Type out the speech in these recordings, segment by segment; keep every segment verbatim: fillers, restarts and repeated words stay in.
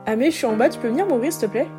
Ah mais je suis en bas, tu peux venir m'ouvrir s'il te plaît?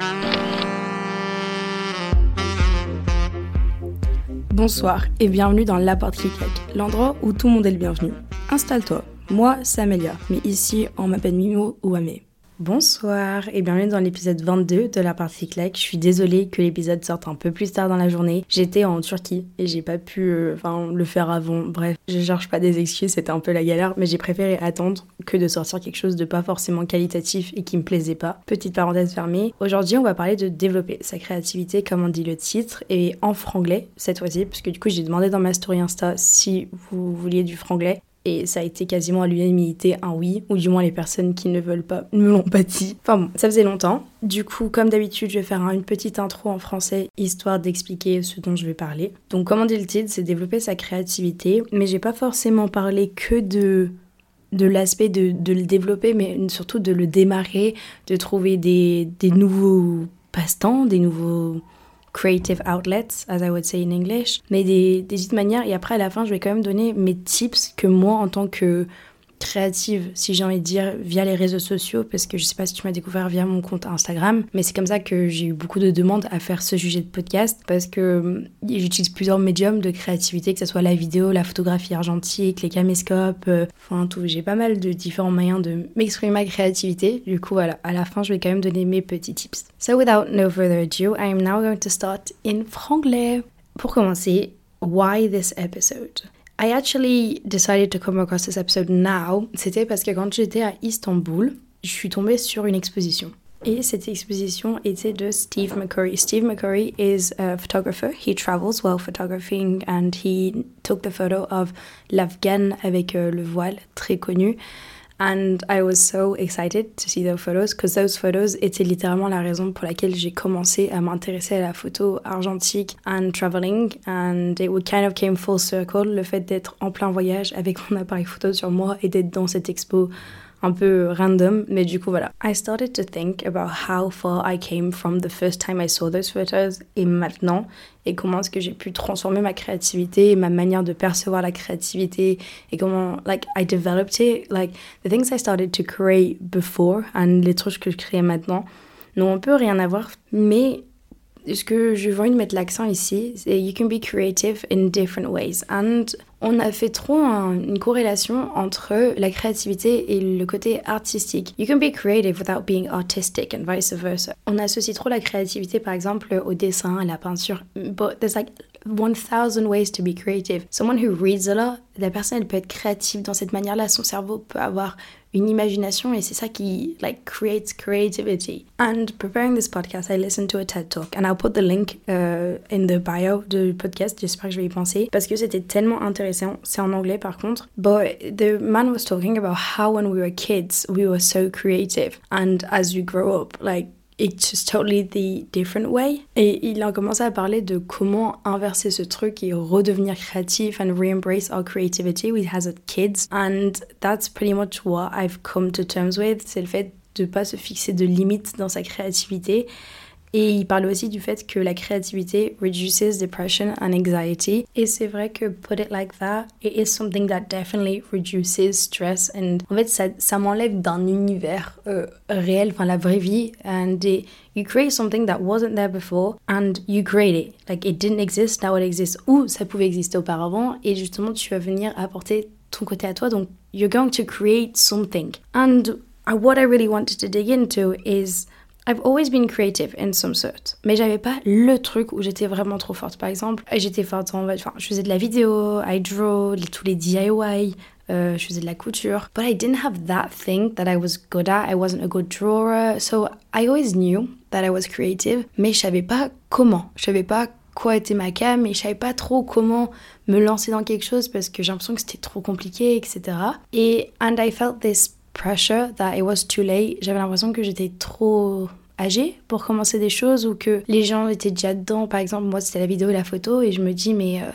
Bonsoir et bienvenue dans La Porte qui claque, l'endroit où tout le monde est le bienvenu. Installe-toi, moi c'est Amélia, mais ici on m'appelle Mimo ou Amé. Bonsoir et bienvenue dans l'épisode vingt-deux de La Porte qui claque. Je suis désolée que l'épisode sorte un peu plus tard dans la journée. J'étais en Turquie et j'ai pas pu euh, enfin, le faire avant. Bref, je cherche pas des excuses, c'était un peu la galère, mais j'ai préféré attendre que de sortir quelque chose de pas forcément qualitatif et qui me plaisait pas. Petite parenthèse fermée. Aujourd'hui, on va parler de développer sa créativité, comme on dit le titre, et en franglais cette fois-ci, parce que du coup, j'ai demandé dans ma story Insta si vous vouliez du franglais. Et ça a été quasiment à l'unanimité un oui, ou du moins les personnes qui ne veulent pas me l'ont pas dit. Enfin bon, ça faisait longtemps. Du coup, comme d'habitude, je vais faire une petite intro en français, histoire d'expliquer ce dont je vais parler. Donc, comme on dit le titre, c'est développer sa créativité, mais j'ai pas forcément parlé que de... de l'aspect de, de le développer, mais surtout de le démarrer, de trouver des, des nouveaux passe-temps, des nouveaux creative outlets, as I would say in English, mais des, des petites manières. Et après, à la fin, je vais quand même donner mes tips que moi, en tant que créative, si j'ai envie de dire, via les réseaux sociaux, parce que je sais pas si tu m'as découvert via mon compte Instagram, mais c'est comme ça que j'ai eu beaucoup de demandes à faire ce sujet de podcast, parce que j'utilise plusieurs médiums de créativité, que ce soit la vidéo, la photographie argentique, les caméscopes, euh, enfin tout. J'ai pas mal de différents moyens de m'exprimer ma créativité. Du coup, voilà, à la fin, je vais quand même donner mes petits tips. So without no further ado, I am now going to start in franglais. Pour commencer, why this episode? I actually decided to come across this episode now. C'était parce que quand j'étais à Istanbul, je suis tombée sur une exposition. Et cette exposition était de Steve McCurry. Steve McCurry is a photographer. He travels while photographing and he took the photo of l'Afghan avec euh, le voile, très connu. And I was so excited to see those photos because those photos étaient littéralement la raison pour laquelle j'ai commencé à m'intéresser à la photo argentique and traveling, and it kind of came full circle, le fait d'être en plein voyage avec mon appareil photo sur moi et d'être dans cette expo un peu random, mais du coup voilà. I started to think about how far I came from the first time I saw those photos et maintenant, et comment est-ce que j'ai pu transformer ma créativité et ma manière de percevoir la créativité et comment, like, I developed it, like, the things I started to create before and les trucs que je crée maintenant n'ont un peu rien à voir, mais ce que je veux de mettre l'accent ici, c'est you can be creative in different ways. And on a fait trop un, une corrélation entre la créativité et le côté artistique. You can be creative without being artistic and vice versa. On associe trop la créativité, par exemple, au dessin, à la peinture. But there's like one thousand ways to be creative. Someone who reads a lot, la personne, elle peut être créative dans cette manière-là. Son cerveau peut avoir une imagination et c'est ça qui like creates creativity. And preparing this podcast, I listened to a TED Talk and I'll put the link uh, in the bio du podcast. J'espère que je vais y penser parce que c'était tellement intéressant. C'est en anglais par contre. But the man was talking about how when we were kids, we were so creative, and as we grow up, like it's just totally the different way. Et il a commencé à parler de comment inverser ce truc et redevenir créatif and re-embrace our creativity we has as kids. And that's pretty much what I've come to terms with. C'est le fait de pas se fixer de limites dans sa créativité. Et il parle aussi du fait que la créativité reduces depression and anxiety. Et c'est vrai que put it like that, it is something that definitely reduces stress. And en fait, ça, ça m'enlève d'un univers euh, réel, enfin la vraie vie. And it, you create something that wasn't there before and you create it. Like it didn't exist, now it exists. Ou ça pouvait exister auparavant. Et justement, tu vas venir apporter ton côté à toi. Donc, you're going to create something. And what I really wanted to dig into is I've always been creative in some sort, mais j'avais pas le truc où j'étais vraiment trop forte. Par exemple, j'étais forte en, enfin, je faisais de la vidéo, I draw, les, tous les D I Y, euh, je faisais de la couture. But I didn't have that thing that I was good at. I wasn't a good drawer, so I always knew that I was creative, mais je savais pas comment. Je savais pas quoi était ma cam et je savais pas trop comment me lancer dans quelque chose parce que j'ai l'impression que c'était trop compliqué, et cetera. Et and I felt this pressure that it was too late. J'avais l'impression que j'étais trop âgée pour commencer des choses ou que les gens étaient déjà dedans. Par exemple, moi, c'était la vidéo et la photo et je me dis, mais euh,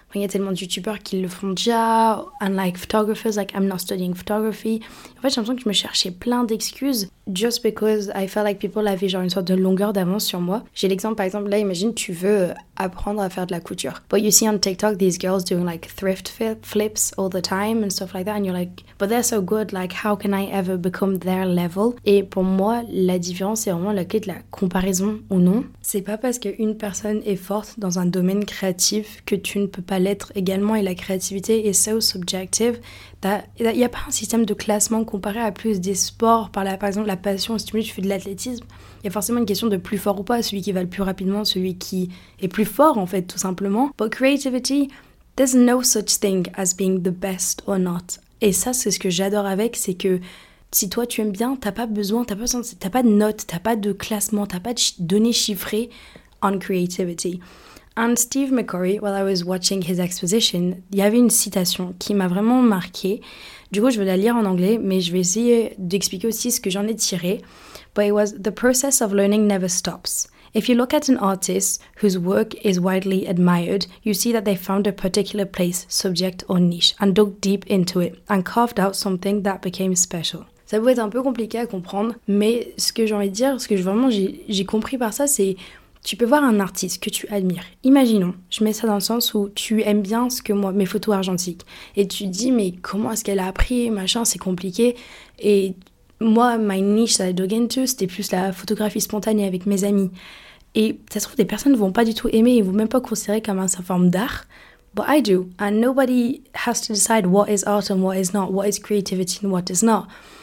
il y a tellement de youtubeurs qui le font déjà, unlike photographers, like I'm not studying photography. En fait, j'ai l'impression que je me cherchais plein d'excuses just because I felt like people avaient genre une sorte de longueur d'avance sur moi. J'ai l'exemple, par exemple, là, imagine, tu veux apprendre à faire de la couture. But you see on TikTok these girls doing like thrift flips all the time and stuff like that, and you're like, but they're so good, like how can I ever become their level? Et pour moi, la différence, c'est vraiment la clé de la comparaison ou non. C'est pas parce qu'une personne est forte dans un domaine créatif que tu ne peux pas l'être également, et la créativité est so subjective. Il n'y a pas un système de classement comparé à plus des sports, par, la, par exemple la passion, si tu fais de l'athlétisme, il y a forcément une question de plus fort ou pas, celui qui va le plus rapidement, celui qui est plus fort en fait tout simplement. But creativity, there's no such thing as being the best or not. Et ça c'est ce que j'adore avec, c'est que si toi tu aimes bien, t'as pas besoin, t'as pas, besoin, t'as pas de notes, t'as pas de classement, t'as pas de ch- données chiffrées on creativity. And Steve McCurry, while I was watching his exposition, il y avait une citation qui m'a vraiment marquée. Du coup, je vais la lire en anglais, mais je vais essayer d'expliquer aussi ce que j'en ai tiré. But it was, the process of learning never stops. If you look at an artist whose work is widely admired, you see that they found a particular place, subject or niche, and dug deep into it, and carved out something that became special. Ça peut être un peu compliqué à comprendre, mais ce que j'ai envie de dire, ce que vraiment j'ai, j'ai compris par ça, c'est tu peux voir un artiste que tu admires. Imaginons, je mets ça dans le sens où tu aimes bien ce que moi, mes photos argentiques. Et tu te dis, mais comment est-ce qu'elle a appris, machin, c'est compliqué. Et moi, my niche, ça dug into, c'était plus la photographie spontanée avec mes amis. Et ça se trouve, des personnes ne vont pas du tout aimer et ne vont même pas considérer comme une forme d'art. But I do. And nobody has to decide what is art and what is not, what is creativity and what is not.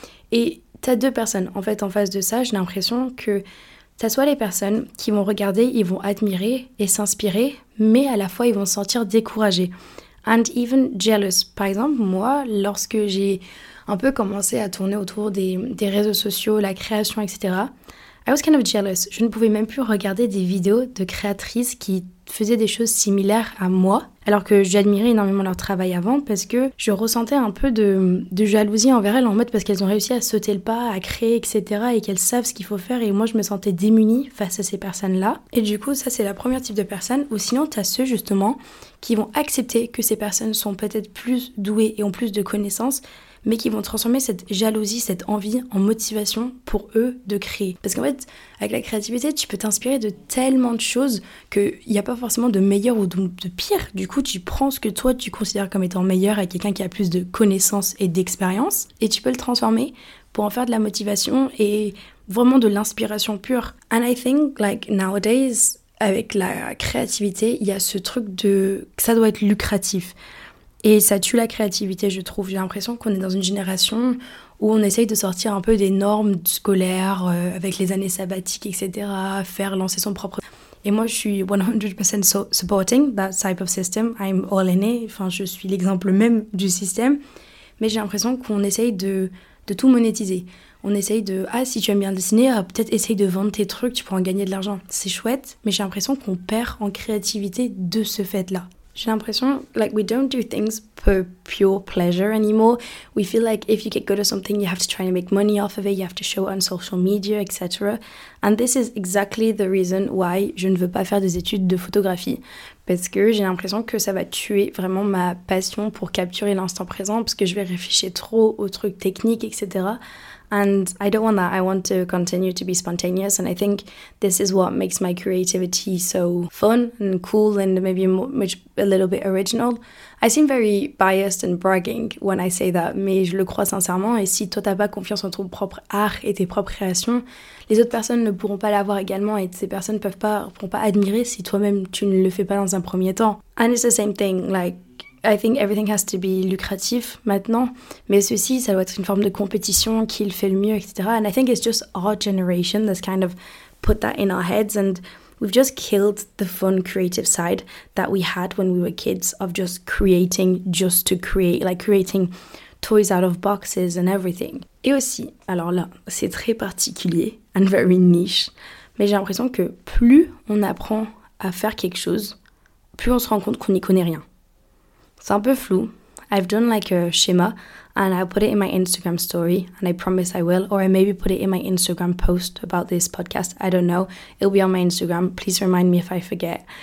Et t'as deux personnes, en fait, en face de ça, j'ai l'impression que ça soit les personnes qui vont regarder, ils vont admirer et s'inspirer, mais à la fois ils vont se sentir découragés. And even jealous. Par exemple, moi, lorsque j'ai un peu commencé à tourner autour des, des réseaux sociaux, la création, et cetera, I was kind of jealous. Je ne pouvais même plus regarder des vidéos de créatrices qui faisaient des choses similaires à moi, alors que j'admirais énormément leur travail avant, parce que je ressentais un peu de, de jalousie envers elles, en mode parce qu'elles ont réussi à sauter le pas, à créer, et cetera, et qu'elles savent ce qu'il faut faire, et moi je me sentais démunie face à ces personnes-là. Et du coup, ça c'est la première type de personnes, ou sinon t'as ceux justement qui vont accepter que ces personnes sont peut-être plus douées et ont plus de connaissances, mais qui vont transformer cette jalousie, cette envie en motivation pour eux de créer. Parce qu'en fait, avec la créativité, tu peux t'inspirer de tellement de choses qu'il n'y a pas forcément de meilleur ou de, de pire. Du coup, tu prends ce que toi, tu considères comme étant meilleur à quelqu'un qui a plus de connaissances et d'expérience, et tu peux le transformer pour en faire de la motivation et vraiment de l'inspiration pure. And I think, like, nowadays, avec la créativité, il y a ce truc de que ça doit être lucratif. Et ça tue la créativité, je trouve. J'ai l'impression qu'on est dans une génération où on essaye de sortir un peu des normes scolaires, euh, avec les années sabbatiques, et cetera, faire, lancer son propre... Et moi, je suis one hundred percent so- supporting that type of system. I'm all in it. Enfin, je suis l'exemple même du système. Mais j'ai l'impression qu'on essaye de, de tout monétiser. On essaye de... Ah, si tu aimes bien dessiner, ah, peut-être essaye de vendre tes trucs, tu pourras en gagner de l'argent. C'est chouette, mais j'ai l'impression qu'on perd en créativité de ce fait-là. J'ai l'impression, like, we don't do things for pure pleasure anymore. We feel like if you get good at something, you have to try and make money off of it, you have to show it on social media, et cetera. And this is exactly the reason why je ne veux pas faire des études de photographie. Parce que j'ai l'impression que ça va tuer vraiment ma passion pour capturer l'instant présent, parce que je vais réfléchir trop aux trucs techniques, et cetera. And I don't want that. I want to continue to be spontaneous, and I think this is what makes my creativity so fun and cool and maybe much, a little bit original. I seem very biased and bragging when I say that, mais je le crois sincèrement, et si toi t'as pas confiance en ton propre art et tes propres créations, les autres personnes ne pourront pas l'avoir également, et ces personnes peuvent pas, pourront pas admirer si toi-même tu ne le fais pas dans un premier temps. And it's the same thing, like, I think everything has to be lucratif maintenant, mais ceci, ça doit être une forme de compétition, qui le fait le mieux, et cetera. And I think it's just our generation that's kind of put that in our heads, and we've just killed the fun creative side that we had when we were kids of just creating just to create, like creating toys out of boxes and everything. Et aussi, alors là, c'est très particulier and very niche, mais j'ai l'impression que plus on apprend à faire quelque chose, plus on se rend compte qu'on n'y connaît rien. C'est un peu flou. I've done like a schema and I put it in my Instagram story, and I promise I will, or I maybe put it in my Instagram post about this podcast. I don't know. It'll be on my Instagram. Please remind me if I forget.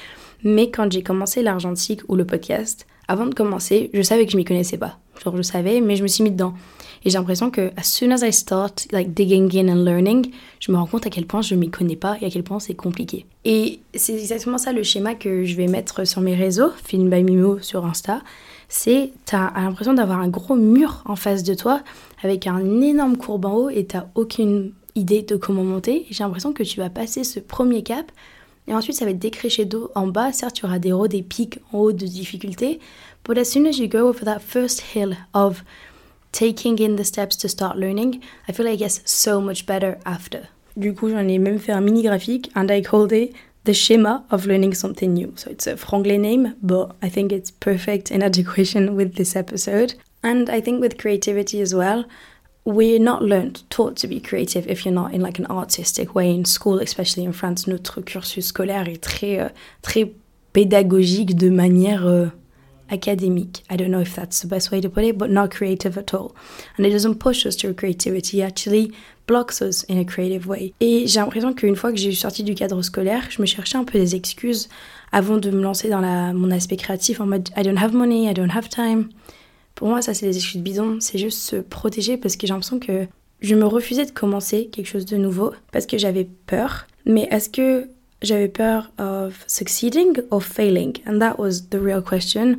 Mais quand j'ai commencé l'argentique ou le podcast, avant de commencer, je savais que je m'y connaissais pas. Genre je savais, mais je me suis mis dedans. Et j'ai l'impression que as soon as I start like digging in and learning, je me rends compte à quel point je m'y connais pas et à quel point c'est compliqué. Et c'est exactement ça le schéma que je vais mettre sur mes réseaux, Film by Mimo sur Insta. C'est t'as l'impression d'avoir un gros mur en face de toi avec un énorme courbe en haut et t'as aucune idée de comment monter. Et j'ai l'impression que tu vas passer ce premier cap et ensuite ça va être des crescendo en bas. Certes, tu auras des hauts, des pics en haut de difficulté. But as soon as you go over that first hill of taking in the steps to start learning, I feel like it gets so much better after. Du coup, j'en ai même fait un mini graphique and I called it the schema of learning something new. So it's a franglais name, but I think it's perfect in adequation with this episode. And I think with creativity as well, we're not learned, taught to be creative if you're not in like an artistic way in school, especially in France. Notre cursus scolaire est très, euh, très pédagogique de manière euh, academic. I don't know if that's the best way to put it, but not creative at all. And it doesn't push us to creativity, it actually blocks us in a creative way. Et j'ai l'impression qu'une fois que j'ai sorti du cadre scolaire, je me cherchais un peu des excuses avant de me lancer dans la, mon aspect créatif en mode I don't have money, I don't have time. Pour moi, ça c'est des excuses bidons, c'est juste se protéger parce que j'ai l'impression que je me refusais de commencer quelque chose de nouveau parce que j'avais peur. Mais est-ce que j'avais peur of succeeding or failing? And that was the real question.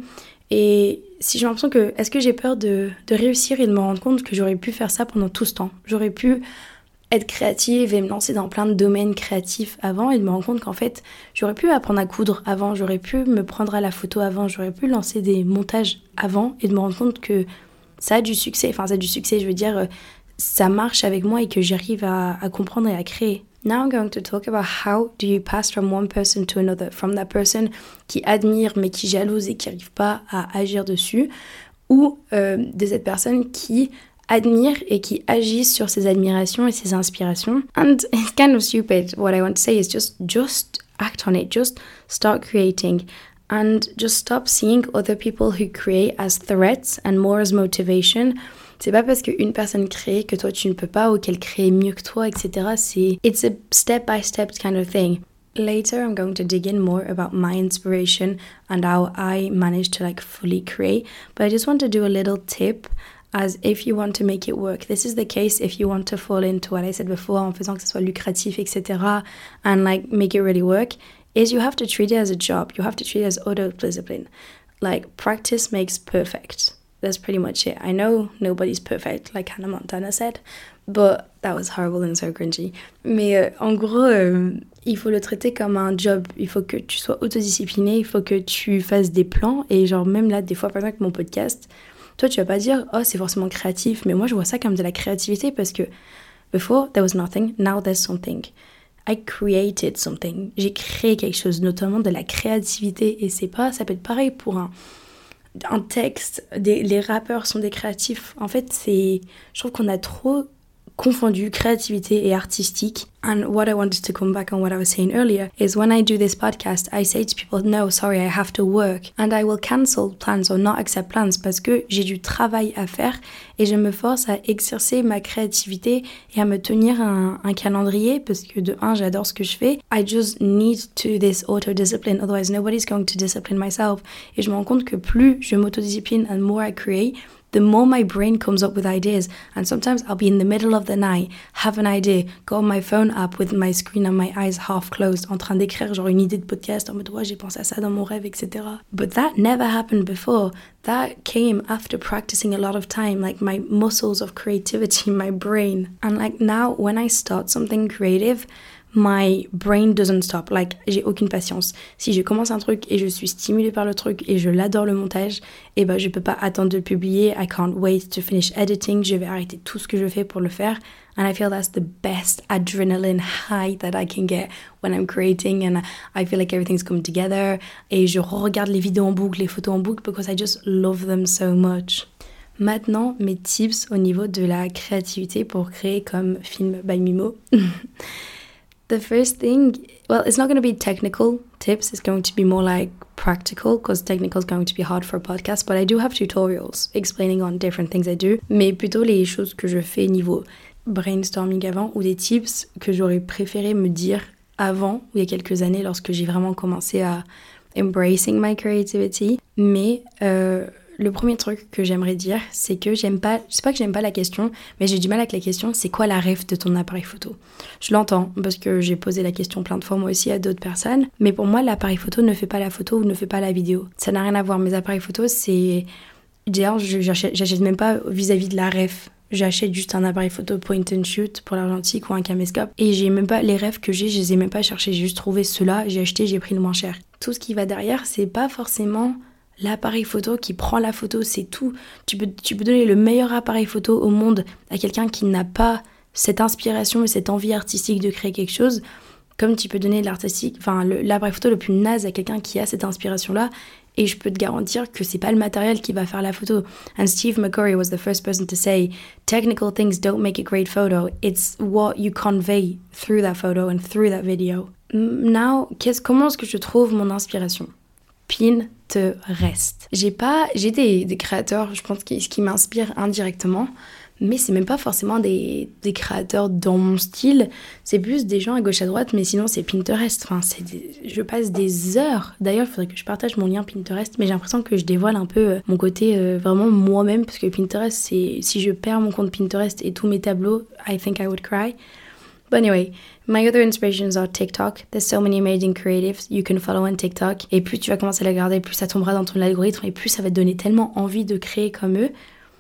Et si j'ai l'impression que, est-ce que j'ai peur de, de réussir et de me rendre compte que j'aurais pu faire ça pendant tout ce temps? J'aurais pu être créative et me lancer dans plein de domaines créatifs avant et de me rendre compte qu'en fait, j'aurais pu apprendre à coudre avant, j'aurais pu me prendre à la photo avant, j'aurais pu lancer des montages avant et de me rendre compte que ça a du succès. Enfin, ça a du succès, je veux dire, ça marche avec moi et que j'arrive à, à comprendre et à créer. Now I'm going to talk about how do you pass from one person to another, from that person qui admire mais qui jalouse et qui n'arrive pas à agir dessus, ou euh, de cette personne qui admire et qui agit sur ses admirations et ses inspirations. And it's kind of stupid. What I want to say is just, just act on it. Just start creating. And just stop seeing other people who create as threats and more as motivation. C'est pas parce qu'une personne crée que toi tu ne peux pas ou qu'elle crée mieux que toi, et cetera. C'est it's a step by step kind of thing. Later I'm going to dig in more about my inspiration and how I managed to like fully create. But I just want to do a little tip as if you want to make it work. This is the case if you want to fall into what I said before en faisant que ce soit lucratif, et cetera. And like make it really work. Is you have to treat it as a job. You have to treat it as auto-discipline. Like practice makes perfect. That's pretty much it. I know nobody's perfect, like Hannah Montana said, but that was horrible and so cringy. Mais euh, en gros, euh, il faut le traiter comme un job. Il faut que tu sois autodiscipliné, il faut que tu fasses des plans. Et genre même là, des fois, par exemple, mon podcast, toi, tu vas pas dire « Oh, c'est forcément créatif », mais moi, je vois ça comme de la créativité parce que before, there was nothing, now there's something. I created something. J'ai créé quelque chose, notamment de la créativité. Et c'est pas, ça peut être pareil pour un... un texte, des, les rappeurs sont des créatifs. En fait, c'est, je trouve qu'on a trop confondu créativité et artistique. And what I wanted to come back on what I was saying earlier is when I do this podcast, I say to people, no, sorry, I have to work. And I will cancel plans or not accept plans parce que j'ai du travail à faire et je me force à exercer ma créativité et à me tenir un, un calendrier parce que de un, j'adore ce que je fais. I just need to this auto-discipline, otherwise nobody's going to discipline myself. Et je me rends compte que plus je m'autodiscipline and more I create, the more my brain comes up with ideas. And sometimes I'll be in the middle of the night, have an idea, go on my phone app with my screen and my eyes half closed, en train d'écrire genre une idée de podcast, en mode ouais, j'ai pensé à ça dans mon rêve, et cetera. But that never happened before. That came after practicing a lot of time, like my muscles of creativity, my brain. And like now, when I start something creative, my brain doesn't stop, like j'ai aucune patience. Si je commence un truc et je suis stimulée par le truc et je l'adore le montage, et ben je peux pas attendre de le publier. I can't wait to finish editing. Je vais arrêter tout ce que je fais pour le faire. And I feel that's the best adrenaline high that I can get when I'm creating and I feel like everything's coming together. Et je regarde les vidéos en boucle, les photos en boucle because I just love them so much. Maintenant, mes tips au niveau de la créativité pour créer comme Film by Mimo. The first thing, well, it's not going to be technical tips. It's going to be more like practical because technical is going to be hard for a podcast. But I do have tutorials explaining on different things I do. Mais plutôt les choses que je fais niveau brainstorming avant ou des tips que j'aurais préféré me dire avant, ou il y a quelques années, lorsque j'ai vraiment commencé à embracing my creativity. Mais euh, le premier truc que j'aimerais dire, c'est que j'aime pas, c'est pas que j'aime pas la question, mais j'ai du mal avec la question, c'est quoi la ref de ton appareil photo? Je l'entends, parce que j'ai posé la question plein de fois moi aussi à d'autres personnes, mais pour moi, l'appareil photo ne fait pas la photo ou ne fait pas la vidéo. Ça n'a rien à voir, mes appareils photo, c'est... D'ailleurs, j'achète, j'achète même pas vis-à-vis de la ref. J'achète juste un appareil photo point and shoot pour l'argentique ou un caméscope. Et j'ai même pas les refs que j'ai, je les ai même pas cherchés. J'ai juste trouvé ceux-là, j'ai acheté, j'ai pris le moins cher. Tout ce qui va derrière, c'est pas forcément l'appareil photo qui prend la photo, c'est tout. Tu peux, tu peux donner le meilleur appareil photo au monde à quelqu'un qui n'a pas cette inspiration et cette envie artistique de créer quelque chose. Comme tu peux donner l'artistique, enfin le, l'appareil photo le plus naze à quelqu'un qui a cette inspiration-là. Et je peux te garantir que c'est pas le matériel qui va faire la photo. And Steve McCurry was the first person to say, technical things don't make a great photo. It's what you convey through that photo and through that video. Now, qu'est-ce, comment est-ce que je trouve mon inspiration? Pinterest. J'ai pas, j'ai des, des créateurs, je pense, qui, qui m'inspirent indirectement. Mais c'est même pas forcément des, des créateurs dans mon style, c'est plus des gens à gauche à droite, mais sinon c'est Pinterest. Enfin, c'est des, je passe des heures. D'ailleurs, il faudrait que je partage mon lien Pinterest, mais j'ai l'impression que je dévoile un peu euh, mon côté euh, vraiment moi-même, parce que Pinterest, c'est si je perds mon compte Pinterest et tous mes tableaux, I think I would cry. But anyway, my other inspirations are TikTok. There's so many amazing creatives you can follow on TikTok. Et plus tu vas commencer à les regarder, plus ça tombera dans ton algorithme et plus ça va te donner tellement envie de créer comme eux.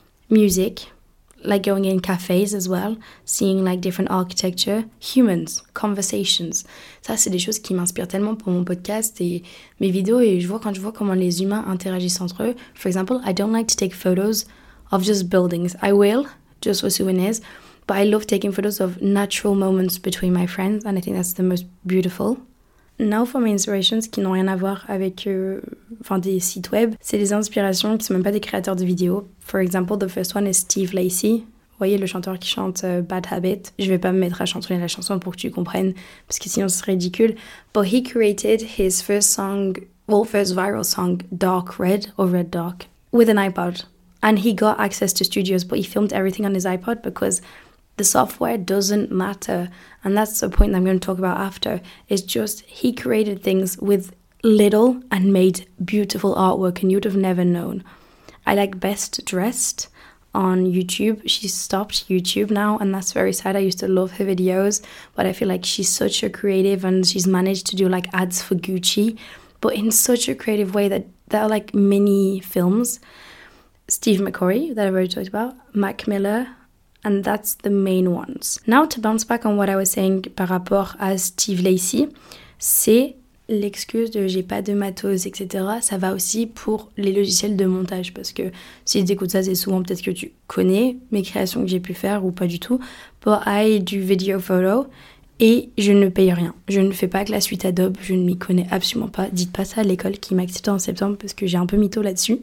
Music. Like going in cafes as well, seeing like different architecture, humans, conversations. Ça, c'est des choses qui m'inspirent tellement pour mon podcast et mes vidéos. Et je vois quand je vois comment les humains interagissent entre eux. For example, I don't like to take photos of just buildings. I will, just for souvenirs, but I love taking photos of natural moments between my friends, and I think that's the most beautiful. Now for my inspirations qui n'ont rien à voir avec euh, enfin des sites web, c'est des inspirations qui sont même pas des créateurs de vidéos. For example, the first one is Steve Lacy. Vous voyez le chanteur qui chante euh, Bad Habit. Je vais pas me mettre à chanter la chanson pour que tu comprennes, parce que sinon ce serait ridicule. But he created his first song, well, first viral song, Dark Red or Red Dark, with an iPod. And he got access to studios, but he filmed everything on his iPod because the software doesn't matter. And that's the point I'm going to talk about after. It's just he created things with little and made beautiful artwork, and you'd have never known. I like Best Dressed on YouTube. She stopped YouTube now, and that's very sad. I used to love her videos, but I feel like she's such a creative, and she's managed to do like ads for Gucci, but in such a creative way that they're like mini films. Steve McCurry, that I've already talked about, Mac Miller, and that's the main ones. Now, to bounce back on what I was saying par rapport à Steve Lacy, c'est l'excuse de j'ai pas de matos, et cetera. Ça va aussi pour les logiciels de montage, parce que si tu écoutes ça, c'est souvent peut-être que tu connais mes créations que j'ai pu faire ou pas du tout. But I do video photo et je ne paye rien. Je ne fais pas que la suite Adobe, je ne m'y connais absolument pas. Dites pas ça à l'école qui m'a accepté en septembre parce que j'ai un peu mytho là-dessus.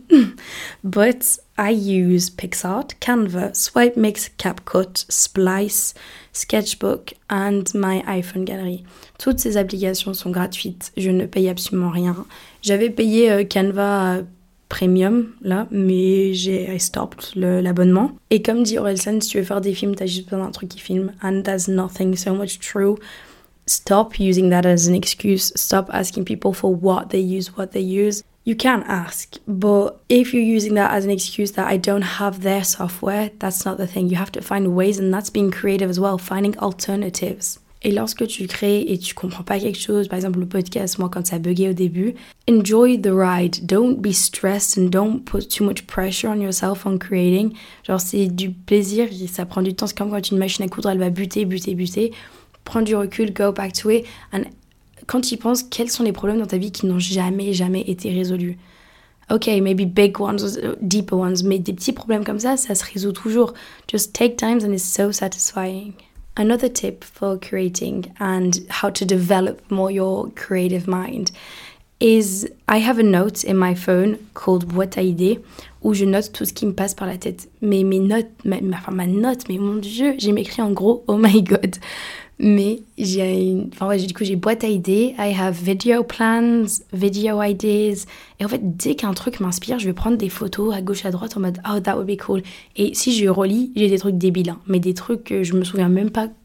But I use PixArt, Canva, SwipeMix, CapCut, Splice, Sketchbook and my iPhone Gallery. Toutes ces applications sont gratuites, je ne paye absolument rien. J'avais payé euh, Canva euh, Premium là, mais j'ai I stopped le, l'abonnement. Et comme dit Orelsan, si tu veux faire des films, t'as juste besoin d'un truc qui filme. And that's nothing so much true. Stop using that as an excuse. Stop asking people for what they use, what they use. You can ask, but if you're using that as an excuse that I don't have their software, that's not the thing. You have to find ways, and that's being creative as well, finding alternatives. Et lorsque tu crées et tu comprends pas quelque chose, par exemple le podcast, moi quand ça buguait au début, enjoy the ride. Don't be stressed and don't put too much pressure on yourself on creating. Genre c'est du plaisir, ça prend du temps, c'est comme quand une machine à coudre, elle va buter, buter, buter. Prends du recul, go back to it. And quand tu y penses, quels sont les problèmes dans ta vie qui n'ont jamais, jamais été résolus? Ok, maybe big ones, deeper ones, mais des petits problèmes comme ça, ça se résout toujours. Just take time and it's so satisfying. Another tip for creating and how to develop more your creative mind is I have a note in my phone called boîte à idées où je note tout ce qui me passe par la tête. Mais mes notes, ma, ma, enfin ma note, mais mon Dieu, j'ai m'écrit en gros, oh my god. Mais j'ai une, enfin ouais, du coup j'ai boîte à idées, I have video plans, video ideas. Et en fait, dès qu'un truc m'inspire, je vais prendre des photos à gauche à droite en mode oh that would be cool. Et si je relis, j'ai des trucs débiles, hein, mais des trucs que je me souviens même pas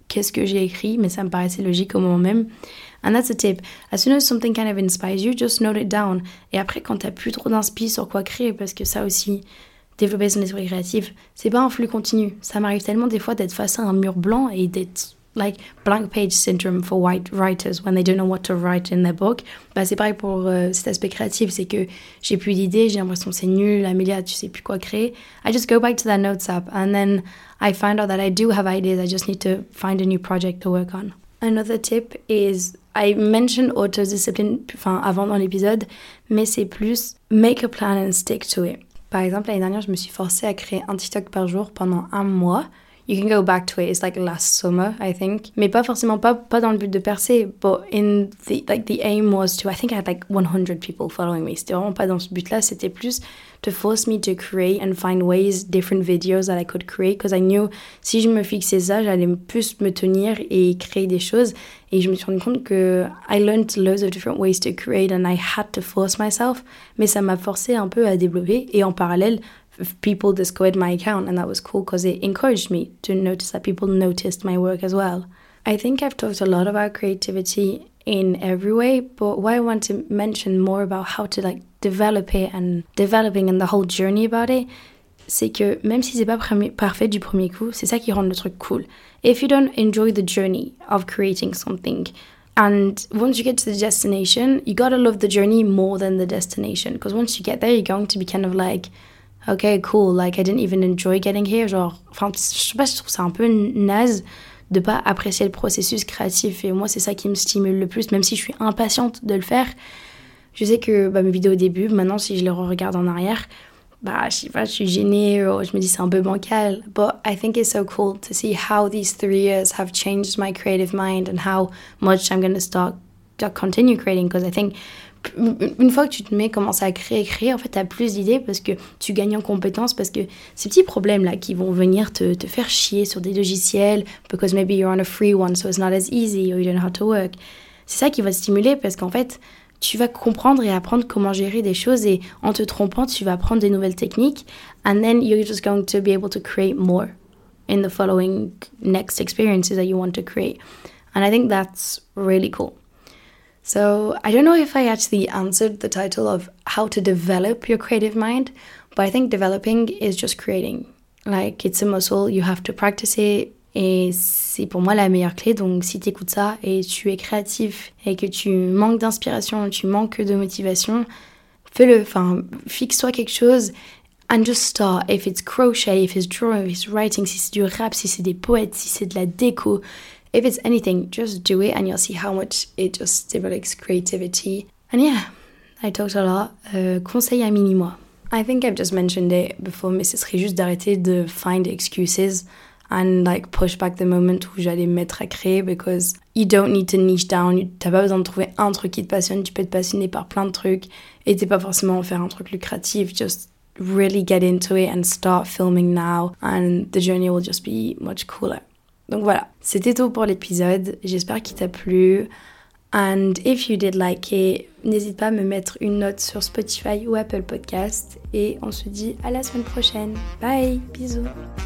qu'est-ce que j'ai écrit, mais ça me paraissait logique au moment même. And that's a tip. As soon as something kind of inspires you, just note it down. Et après, quand t'as plus trop d'inspi sur quoi créer, parce que ça aussi, développer son esprit créatif, c'est pas un flux continu. Ça m'arrive tellement des fois d'être face à un mur blanc et d'être like blank page syndrome for white writers when they don't know what to write in their book. Bah c'est pareil pour euh, cet aspect créatif, c'est que j'ai plus d'idées, j'ai l'impression que c'est nul, Amélia, tu sais plus quoi créer. I just go back to that notes app and then I find out that I do have ideas, I just need to find a new project to work on. Another tip is, I mentioned autodiscipline enfin, avant dans l'épisode, mais c'est plus make a plan and stick to it. Par exemple, l'année dernière, je me suis forcée à créer un TikTok par jour pendant un mois. You can go back to it. It's like last summer, I think. Mais pas forcément, pas, pas dans le but de percer. But in the, like the aim was to, I think I had like one hundred people following me. C'était vraiment pas dans ce but-là. C'était plus to force me to create and find ways, different videos that I could create. Because I knew, si je me fixais ça, j'allais plus me tenir et créer des choses. Et je me suis rendu compte que I learned loads of different ways to create and I had to force myself. Mais ça m'a forcé un peu à développer. Et en parallèle, people discovered my account and that was cool because it encouraged me to notice that people noticed my work as well. I think I've talked a lot about creativity in every way, but what I want to mention more about how to like develop it and developing and the whole journey about it, c'est que même si c'est pas parfait du premier coup, c'est ça qui rend le truc cool. If you don't enjoy the journey of creating something, and once you get to the destination, you gotta love the journey more than the destination, because once you get there, you're going to be kind of like, okay, cool, like I didn't even enjoy getting here, genre, enfin, je sais pas, je trouve ça un peu naze de pas apprécier le processus créatif, et moi c'est ça qui me stimule le plus, même si je suis impatiente de le faire. Je sais que bah, mes vidéos au début, maintenant si je les regarde en arrière, bah je sais pas, je suis gênée, ou je me dis c'est un peu bancal, but I think it's so cool to see how these three years have changed my creative mind and how much I'm gonna start to continue creating, because I think une fois que tu te mets, commencer à créer, créer, en fait, tu as plus d'idées parce que tu gagnes en compétences, parce que ces petits problèmes-là qui vont venir te, te faire chier sur des logiciels, because maybe you're on a free one, so it's not as easy, or you don't know how to work. C'est ça qui va te stimuler parce qu'en fait, tu vas comprendre et apprendre comment gérer des choses et en te trompant, tu vas apprendre des nouvelles techniques and then you're just going to be able to create more in the following next experiences that you want to create. And I think that's really cool. So I don't know if I actually answered the title of how to develop your creative mind, but I think developing is just creating. Like, it's a muscle, you have to practice it, et c'est pour moi la meilleure clé. Donc si tu écoutes ça et tu es créatif et que tu manques d'inspiration, tu manques de motivation, fais-le, enfin, fixe-toi quelque chose and just start. If it's crochet, if it's drawing, if it's writing, si c'est du rap, si c'est des poètes, si c'est de la déco, if it's anything, just do it and you'll see how much it just stimulates creativity. And yeah, I talked a lot. Euh, conseil à mini-moi. I think I've just mentioned it before, mais ce serait juste d'arrêter de find excuses and like push back the moment où j'allais me mettre à créer, because you don't need to niche down. T'as pas besoin de trouver un truc qui te passionne, tu peux te passionner par plein de trucs et t'es pas forcément en faire un truc lucratif. Just really get into it and start filming now and the journey will just be much cooler. Donc voilà, c'était tout pour l'épisode. J'espère qu'il t'a plu. And if you did like it, n'hésite pas à me mettre une note sur Spotify ou Apple Podcast. Et on se dit à la semaine prochaine. Bye, bisous.